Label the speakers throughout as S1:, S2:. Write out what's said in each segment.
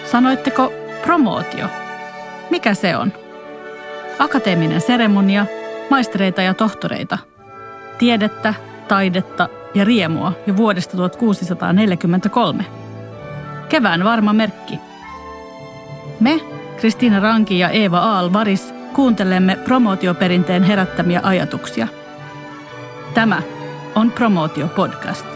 S1: Sanoitteko promootio? Mikä se on? Akateeminen seremonia, maistereita ja tohtoreita. Tiedettä, taidetta ja riemua jo vuodesta 1643. Kevään varma merkki. Me, Kristiina Ranki ja Eeva Aal-Varis, kuuntelemme promootioperinteen herättämiä ajatuksia. Tämä on Promootio-podcast.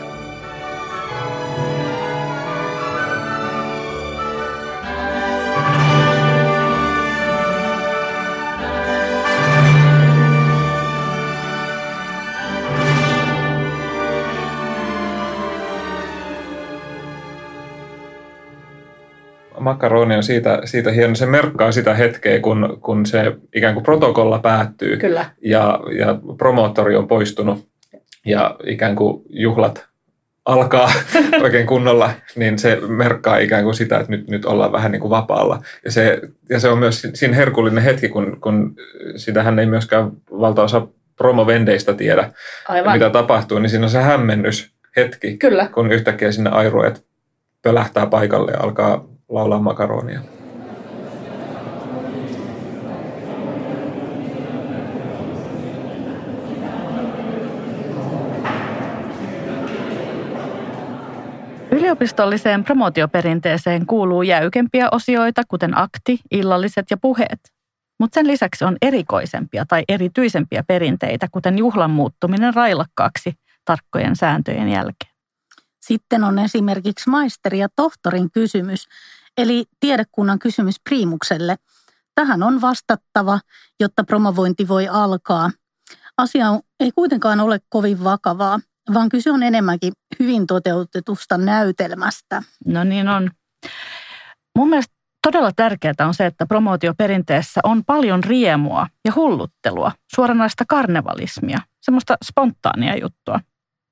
S2: Makaroni on siitä hieno. Se merkkaa sitä hetkeä, kun se ikään kuin protokolla päättyy.
S1: Kyllä.
S2: Ja promoottori on poistunut ja ikään kuin juhlat alkaa oikein kunnolla, niin se merkkaa ikään kuin sitä, että nyt ollaan vähän niin kuin vapaalla. Ja se on myös siinä herkullinen hetki, kun sitähän ei myöskään valtaosa promovendeistä tiedä, mitä tapahtuu, niin siinä on se hämmennyshetki,
S1: Kyllä.
S2: Kun yhtäkkiä sinne airuet pölähtää paikalle ja alkaa laulaa makaronia.
S1: Yliopistolliseen promootioperinteeseen kuuluu jäykempiä osioita, kuten akti, illalliset ja puheet. Mutta sen lisäksi on erikoisempia tai erityisempiä perinteitä, kuten juhlan muuttuminen railakkaaksi tarkkojen sääntöjen jälkeen.
S3: Sitten on esimerkiksi maisteri ja tohtorin kysymys, eli tiedekunnan kysymys priimukselle. Tähän on vastattava, jotta promovointi voi alkaa. Asia ei kuitenkaan ole kovin vakavaa, vaan kyse on enemmänkin hyvin toteutetusta näytelmästä.
S1: No niin on. Mun mielestä todella tärkeää on se, että promootioperinteessä on paljon riemua ja hulluttelua, suoranaista karnevalismia, semmoista spontaania juttua.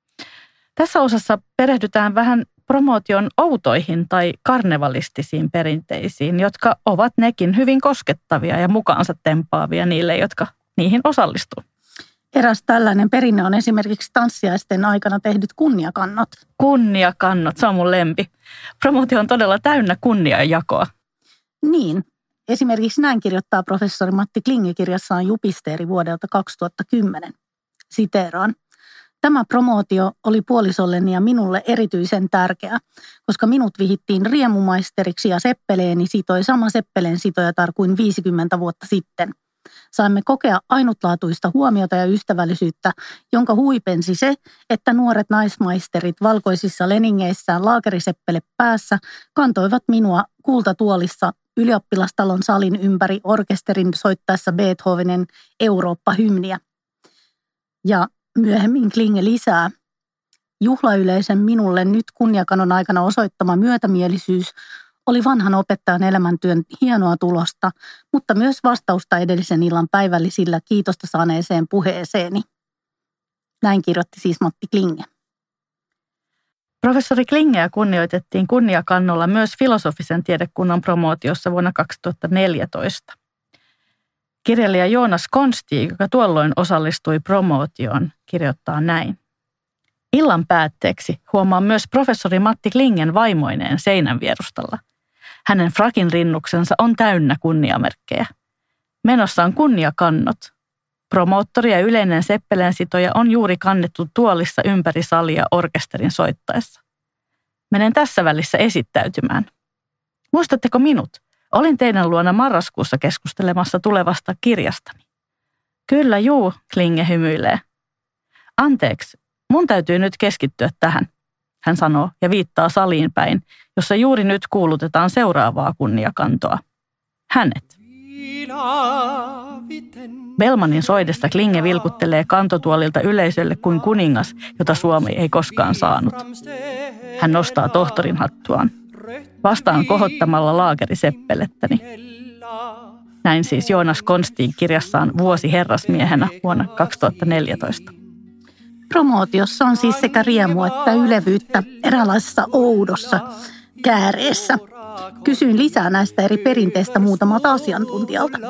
S1: Tässä osassa perehdytään vähän promootion outoihin tai karnevalistisiin perinteisiin, jotka ovat nekin hyvin koskettavia ja mukaansa tempaavia niille, jotka niihin osallistuu.
S3: Eräs tällainen perinne on esimerkiksi tanssiaisten aikana tehdyt kunniakannot.
S1: Kunniakannot, se on mun lempi. Promootio on todella täynnä kunniajakoa.
S3: Niin. Esimerkiksi näin kirjoittaa professori Matti Klinge kirjassaan Jupisteeri vuodelta 2010. Siteeraan. Tämä promootio oli puolisolleni ja minulle erityisen tärkeä, koska minut vihittiin riemumaisteriksi ja seppeleeni sitoi sama seppeleen sitojatar kuin 50 vuotta sitten. Saimme kokea ainutlaatuista huomiota ja ystävällisyyttä, jonka huipensi se, että nuoret naismaisterit valkoisissa leningeissään laakeriseppele päässä kantoivat minua kultatuolissa ylioppilastalon salin ympäri orkesterin soittaessa Beethovenin Eurooppa-hymniä. Ja myöhemmin Klinge lisää. Juhlayleisön minulle nyt kunniakanon aikana osoittama myötämielisyys oli vanhan opettajan elämäntyön hienoa tulosta, mutta myös vastausta edellisen illan päivällisillä kiitosta saaneeseen puheeseeni. Näin kirjoitti siis Matti Klinge.
S1: Professori Klingeä kunnioitettiin kunniakannolla myös filosofisen tiedekunnan promootiossa vuonna 2014. Kirjailija Joonas Konstig, joka tuolloin osallistui promootioon, kirjoittaa näin. Illan päätteeksi huomaa myös professori Matti Klingen vaimoineen seinän vierustalla. Hänen frakin rinnuksensa on täynnä kunniamerkkejä. Menossa on kunniakannot. Promoottori ja yleinen seppelensitoja on juuri kannettu tuolissa ympäri salia orkesterin soittaessa. Menen tässä välissä esittäytymään. Muistatteko minut? Olin teidän luona marraskuussa keskustelemassa tulevasta kirjastani. Kyllä juu, Klinge hymyilee. Anteeksi, mun täytyy nyt keskittyä tähän, hän sanoo ja viittaa saliin päin, jossa juuri nyt kuulutetaan seuraavaa kunniakantoa. Hänet. Bellmanin soidessa Klinge vilkuttelee kantotuolilta yleisölle kuin kuningas, jota Suomi ei koskaan saanut. Hän nostaa tohtorin hattuaan. Vastaan kohottamalla laakeriseppelettäni. Näin siis Joonas Konstig kirjassaan Vuosi herrasmiehenä vuonna 2014.
S3: Promootiossa on siis sekä riemua että ylevyyttä eräänlaisessa oudossa kääreessä. Kysyin lisää näistä eri perinteistä muutamalta asiantuntijalta.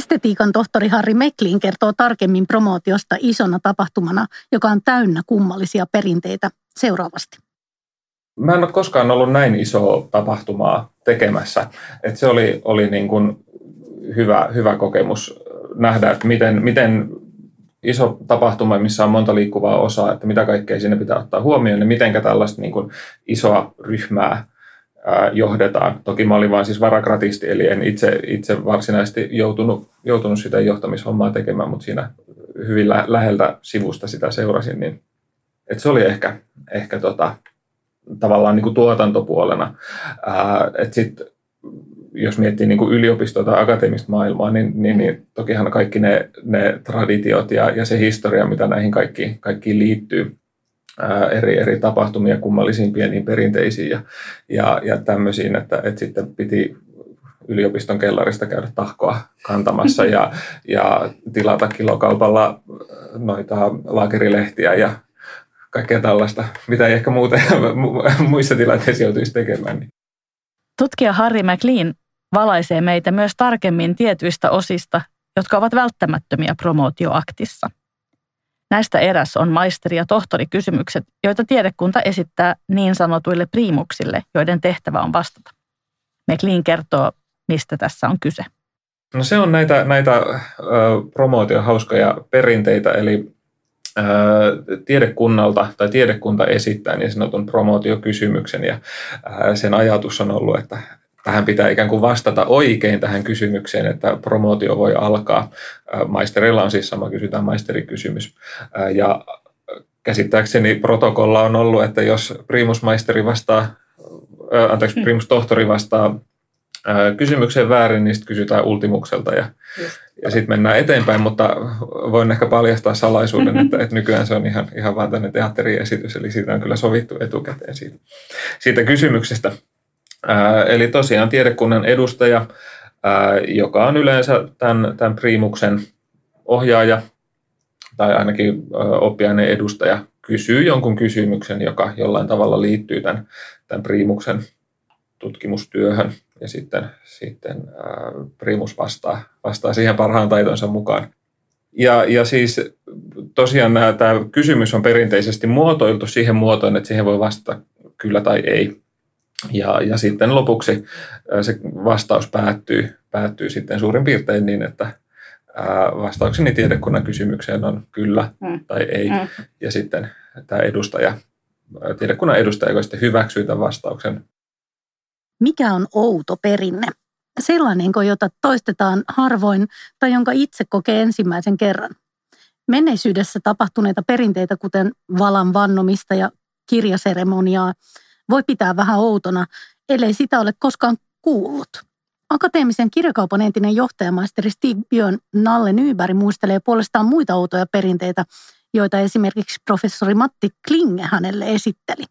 S3: Estetiikan tohtori Harry McLean kertoo tarkemmin promootiosta isona tapahtumana, joka on täynnä kummallisia perinteitä seuraavasti.
S2: Mä en ole koskaan ollut näin isoa tapahtumaa tekemässä. Et se oli niin kuin hyvä kokemus nähdä, että miten iso tapahtuma, missä on monta liikkuvaa osaa, että mitä kaikkea siinä pitää ottaa huomioon ja miten tällaista niin kuin isoa ryhmää johdetaan. Toki mä olin vaan siis varakratisti, eli en itse varsinaisesti joutunut sitä johtamishommaa tekemään, mutta siinä hyvin läheltä sivusta sitä seurasin. Niin, että se oli ehkä tavallaan niin kuin tuotantopuolena. Että sitten jos miettii niin kuin yliopistoa tai akateemista maailmaa, niin tokihan kaikki ne traditiot ja se historia, mitä näihin kaikkiin liittyy, eri tapahtumia, kummallisiin pieniin perinteisiin ja tämmöisiin, että sitten piti yliopiston kellarista käydä tahkoa kantamassa ja tilata kilokaupalla noita laakerilehtiä ja kaikkea tällaista, mitä ei ehkä muuten muissa tilanteissa joutuisi tekemään.
S1: Tutkija Harry McLean valaisee meitä myös tarkemmin tietyistä osista, jotka ovat välttämättömiä promootioaktissa. Näistä eräs on maisteri- ja tohtorikysymykset, joita tiedekunta esittää niin sanotuille priimuksille, joiden tehtävä on vastata. McLean kertoo, mistä tässä on kyse.
S2: No se on näitä promootion hauskoja perinteitä, eli tiedekunnalta tai tiedekunta esittää niin sanotun promootiokysymyksen ja sen ajatus on ollut, että tähän pitää ikään kuin vastata oikein tähän kysymykseen, että promootio voi alkaa. Maisterilla on siis sama, kysytään maisterikysymys. Ja käsittääkseni protokolla on ollut, että jos priimustohtori vastaa kysymykseen väärin, niin sitten kysytään ultimukselta ja sitten mennään eteenpäin, mutta voin ehkä paljastaa salaisuuden, että nykyään se on ihan vaan tämmöinen teatteriesitys, eli siitä on kyllä sovittu etukäteen siitä kysymyksestä. Eli tosiaan tiedekunnan edustaja, joka on yleensä tämän priimuksen ohjaaja tai ainakin oppiaineen edustaja, kysyy jonkun kysymyksen, joka jollain tavalla liittyy tämän priimuksen tutkimustyöhön ja sitten priimus vastaa siihen parhaan taitonsa mukaan. Ja siis tosiaan tämä kysymys on perinteisesti muotoiltu siihen muotoon, että siihen voi vastata kyllä tai ei. Ja sitten lopuksi se vastaus päättyy sitten suurin piirtein niin, että vastaukseni tiedekunnan kysymykseen on kyllä tai ei. Ja sitten tämä tiedekunnan edustaja, joka sitten hyväksyy tämän vastauksen.
S3: Mikä on outo perinne? Sellainen, jota toistetaan harvoin tai jonka itse kokee ensimmäisen kerran. Menneisyydessä tapahtuneita perinteitä, kuten valan vannomista ja kirjaseremoniaa, voi pitää vähän outona, ellei sitä ole koskaan kuullut. Akateemisen kirjakaupan entinen johtajamaisteri Stig Björn Nalle Nyberg muistelee puolestaan muita outoja perinteitä, joita esimerkiksi professori Matti Klinge hänelle esitteli.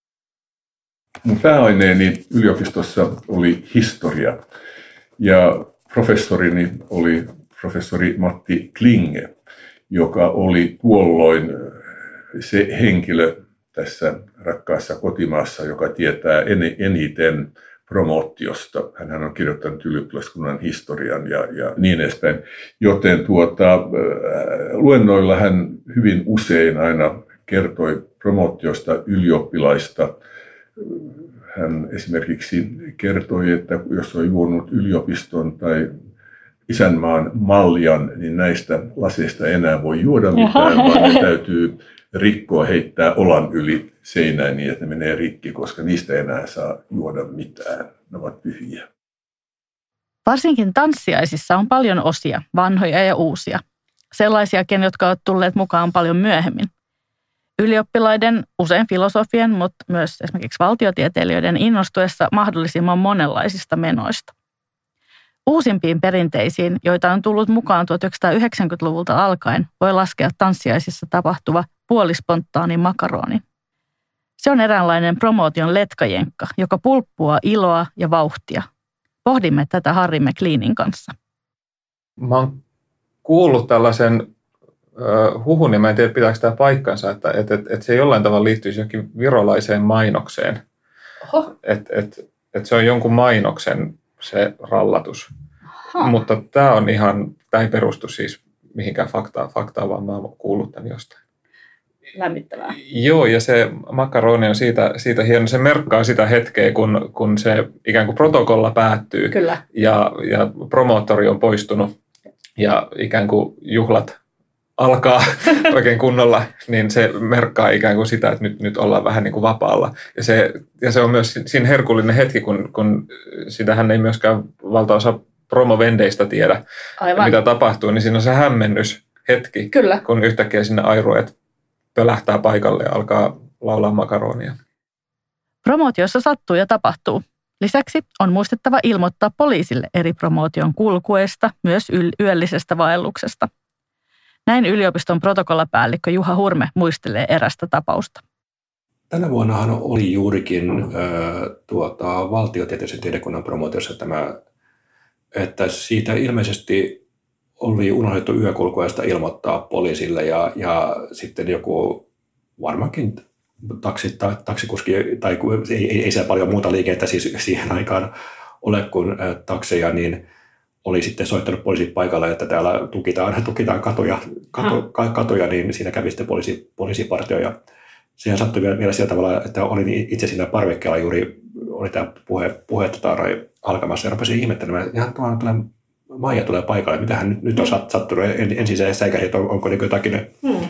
S4: Mun pääaineeni yliopistossa oli historia ja professorini oli professori Matti Klinge, joka oli tuolloin se henkilö tässä rakkaassa kotimaassa, joka tietää eniten promootiosta. Hän on kirjoittanut ylioppilaskunnan historian ja niin edespäin. Joten luennoilla hän hyvin usein aina kertoi promootiosta ylioppilaista. Hän esimerkiksi kertoi, että jos on juonut yliopiston tai isänmaan maljan, niin näistä laseista ei enää voi juoda mitään, vaan ne täytyy rikkoa, heittää olan yli seinään niin, että ne menee rikki, koska niistä ei enää saa juoda mitään. Ne ovat pyhiä.
S1: Varsinkin tanssiaisissa on paljon osia, vanhoja ja uusia. Sellaisiakin, jotka ovat tulleet mukaan paljon myöhemmin. Ylioppilaiden, usein filosofien, mutta myös esimerkiksi valtiotieteilijöiden innostuessa mahdollisimman monenlaisista menoista. Uusimpiin perinteisiin, joita on tullut mukaan 1990-luvulta alkaen, voi laskea tanssiaisissa tapahtuva puolispontaani makaroni. Se on eräänlainen promootion letkajenkka, joka pulppuaa iloa ja vauhtia. Pohdimme tätä Harry McLeanin kanssa.
S2: Mä oon kuullut tällaisen huhun, ja mä en tiedä pitääkö tämä paikkansa, että se jollain tavalla liittyisi johonkin virolaiseen mainokseen. Että se on jonkun mainoksen se rallatus. Mutta tämä ei perustu siis mihinkään faktaan, vaan mä oon kuullut tämän jostain.
S1: Lämmittävää.
S2: Joo, ja se makaroni on siitä hieno. Se merkkaa sitä hetkeä, kun se ikään kuin protokolla päättyy.
S1: Kyllä.
S2: Ja promoottori on poistunut ja ikään kuin juhlat alkaa oikein kunnolla, niin se merkkaa ikään kuin sitä, että nyt ollaan vähän niin kuin vapaalla. Ja se on myös siinä herkullinen hetki, kun sitähän ei myöskään valtaosa promovendeistä tiedä, mitä tapahtuu, niin siinä on se hämmennyshetki,
S1: Kyllä.
S2: kun yhtäkkiä sinne airuet pölähtää paikalle ja alkaa laulaa makaronia.
S1: Promootiossa sattuu ja tapahtuu. Lisäksi on muistettava ilmoittaa poliisille eri promootion kulkueista, myös yöllisestä vaelluksesta. Näin yliopiston protokollapäällikkö Juha Hurme muistelee erästä tapausta.
S5: Tänä vuonnahan oli juurikin valtiotieteellisen tiedekunnan promootiossa tämä, että siitä ilmeisesti oli unohdettu yökulkueesta ilmoittaa poliisille ja sitten joku varmaankin taksikuski, tai ei siellä paljon muuta liikettä siis siihen aikaan ole kuin takseja, niin oli sitten soittanut poliisit paikalle, että täällä tukitaan katoja, niin siinä kävi sitten poliisipartio. Ja sehän sattui vielä sillä tavalla, että olin itse siinä parvekkeella juuri, oli tämä puhe alkamassa ja rupesin ihmettelemään, että ihan tuolla Maija tulee paikalle, mitähän nyt on sattunut. Ensin se säikäsi, että onko niin jotakin,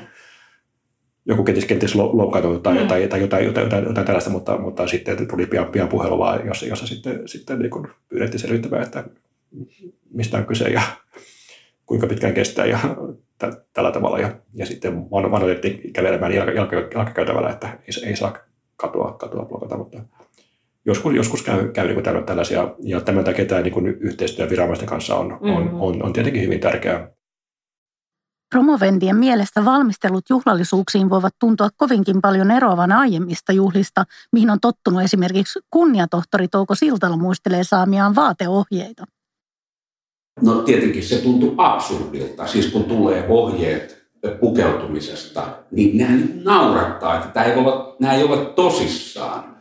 S5: joku kenties loukkaantunut tai jotain tällaista, mutta sitten tuli pian puhelu vaan, jossa sitten niin kuin pyydettiin selvittämään, että mistä on kyse ja kuinka pitkään kestää ja tällä tavalla. Ja sitten otettiin kävelemään jalkakäytävällä, että ei saa katoa blokata, mutta joskus käy niin kuin tällaisia, ja tämän takia tämä niin kuin yhteistyö viranomaisten kanssa on tietenkin hyvin tärkeää.
S3: Promovendien mielestä valmistelut juhlallisuuksiin voivat tuntua kovinkin paljon eroavan aiemmista juhlista, mihin on tottunut esimerkiksi kunniatohtori Touko Siltala muistelee saamiaan vaateohjeita.
S6: No tietenkin se tuntuu absurdilta, siis kun tulee ohjeet pukeutumisesta, niin nämä naurattaa, että nämä ei ole tosissaan.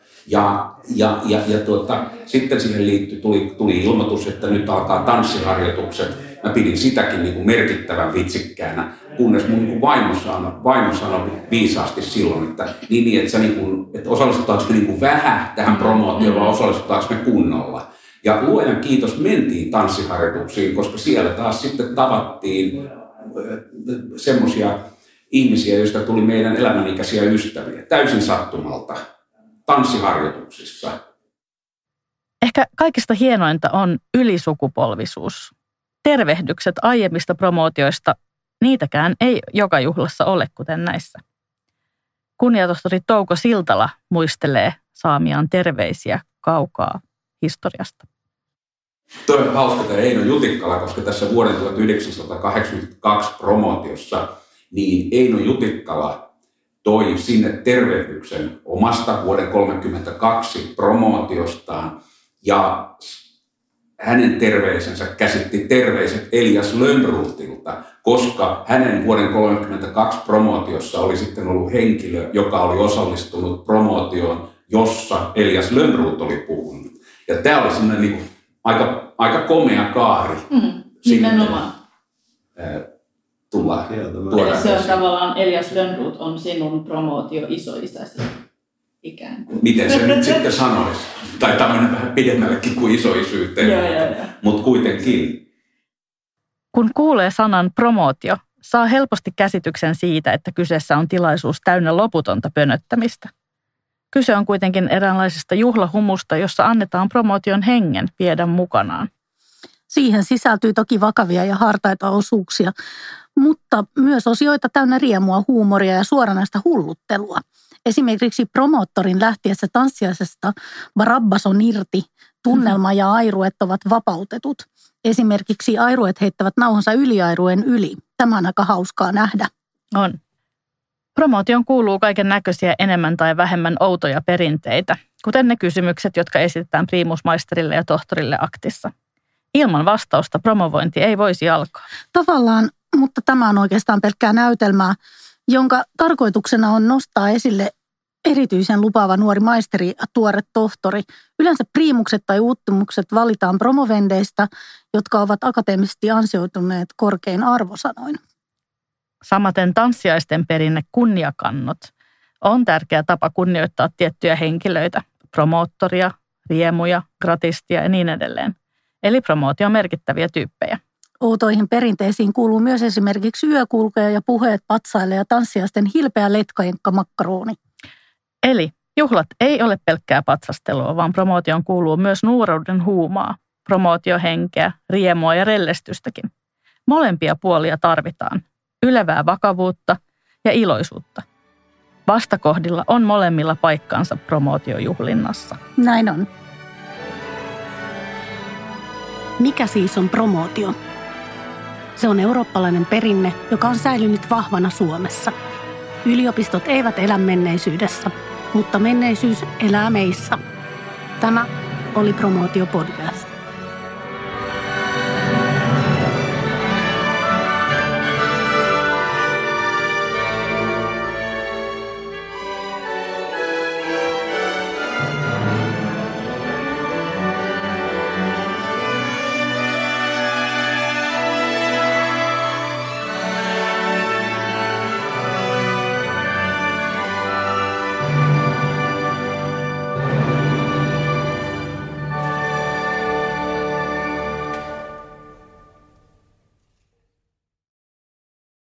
S6: Sitten siihen tuli ilmoitus, että nyt alkaa tanssiharjoitukset. Mä pidin sitäkin niin kuin merkittävän vitsikkäänä, kunnes mun niin kuin vaimo sanoi viisaasti silloin, että että osallistutaanko me niin kuin vähän tähän promootioon vai osallistutaanko me kunnolla. Ja luojan kiitos mentiin tanssiharjoituksiin, koska siellä taas sitten tavattiin semmoisia ihmisiä, joista tuli meidän elämänikäisiä ystäviä, täysin sattumalta, tanssiharjoituksissa.
S1: Ehkä kaikista hienointa on ylisukupolvisuus. Tervehdykset aiemmista promootioista, niitäkään ei joka juhlassa ole, kuten näissä. Kunniatohtori Touko Siltala muistelee saamiaan terveisiä kaukaa historiasta.
S6: Tuo on hauska tämä Eino Jutikkala, koska tässä vuoden 1982 promootiossa niin Eino Jutikkala toi sinne tervehdyksen omasta vuoden 1932 promootiostaan ja hänen terveisensä käsitti terveiset Elias Lönnrothilta, koska hänen vuoden 1932 promootiossa oli sitten ollut henkilö, joka oli osallistunut promootioon, jossa Elias Lönnroth oli puhunut. Ja tämä oli semmoinen niin kuin aika komea kaari.
S1: Nimenomaan.
S6: Tuoda
S1: se on tavallaan, Elias Lönnroth on sinun promootio isoisäsi ikään kuin.
S6: Miten se nyt sitten sanoisi? Tai tämmöinen vähän pidemmällekin kuin isoisyyteen, mutta kuitenkin.
S1: Kun kuulee sanan promootio, saa helposti käsityksen siitä, että kyseessä on tilaisuus täynnä loputonta pönöttämistä. Kyse on kuitenkin eräänlaisesta juhlahumusta, jossa annetaan promootion hengen viedä mukanaan.
S3: Siihen sisältyy toki vakavia ja hartaita osuuksia, mutta myös osioita täynnä riemua, huumoria ja suoranaista hulluttelua. Esimerkiksi promoottorin lähtiessä tanssiaisesta Barabbas on irti, tunnelma ja airuet ovat vapautetut. Esimerkiksi airuet heittävät nauhansa yliairueen yli. Tämä on aika hauskaa nähdä.
S1: On. Promootion kuuluu kaiken näköisiä enemmän tai vähemmän outoja perinteitä, kuten ne kysymykset, jotka esitetään priimusmaisterille ja tohtorille aktissa. Ilman vastausta promovointi ei voisi alkaa.
S3: Tavallaan, mutta tämä on oikeastaan pelkkää näytelmää, jonka tarkoituksena on nostaa esille erityisen lupaava nuori maisteri ja tuore tohtori. Yleensä priimukset tai uuttumukset valitaan promovendeista, jotka ovat akateemisesti ansioituneet korkein arvosanoin.
S1: Samaten tanssiaisten perinne kunniakannot on tärkeä tapa kunnioittaa tiettyjä henkilöitä, promoottoria, riemuja, gratistia ja niin edelleen. Eli promootion merkittäviä tyyppejä.
S3: Outoihin perinteisiin kuuluu myös esimerkiksi yökulkuja ja puheet patsaille ja tanssiaisten hilpeä letkajenkka makkarooni.
S1: Eli juhlat ei ole pelkkää patsastelua, vaan promootioon kuuluu myös nuoruuden huumaa, promootiohenkeä, riemua ja rellestystäkin. Molempia puolia tarvitaan, ylevää vakavuutta ja iloisuutta. Vastakohdilla on molemmilla paikkansa promootiojuhlinnassa.
S3: Näin on. Mikä siis on promootio? Se on eurooppalainen perinne, joka on säilynyt vahvana Suomessa. Yliopistot eivät elä menneisyydessä, mutta menneisyys elää meissä. Tämä oli Promootio Podcast.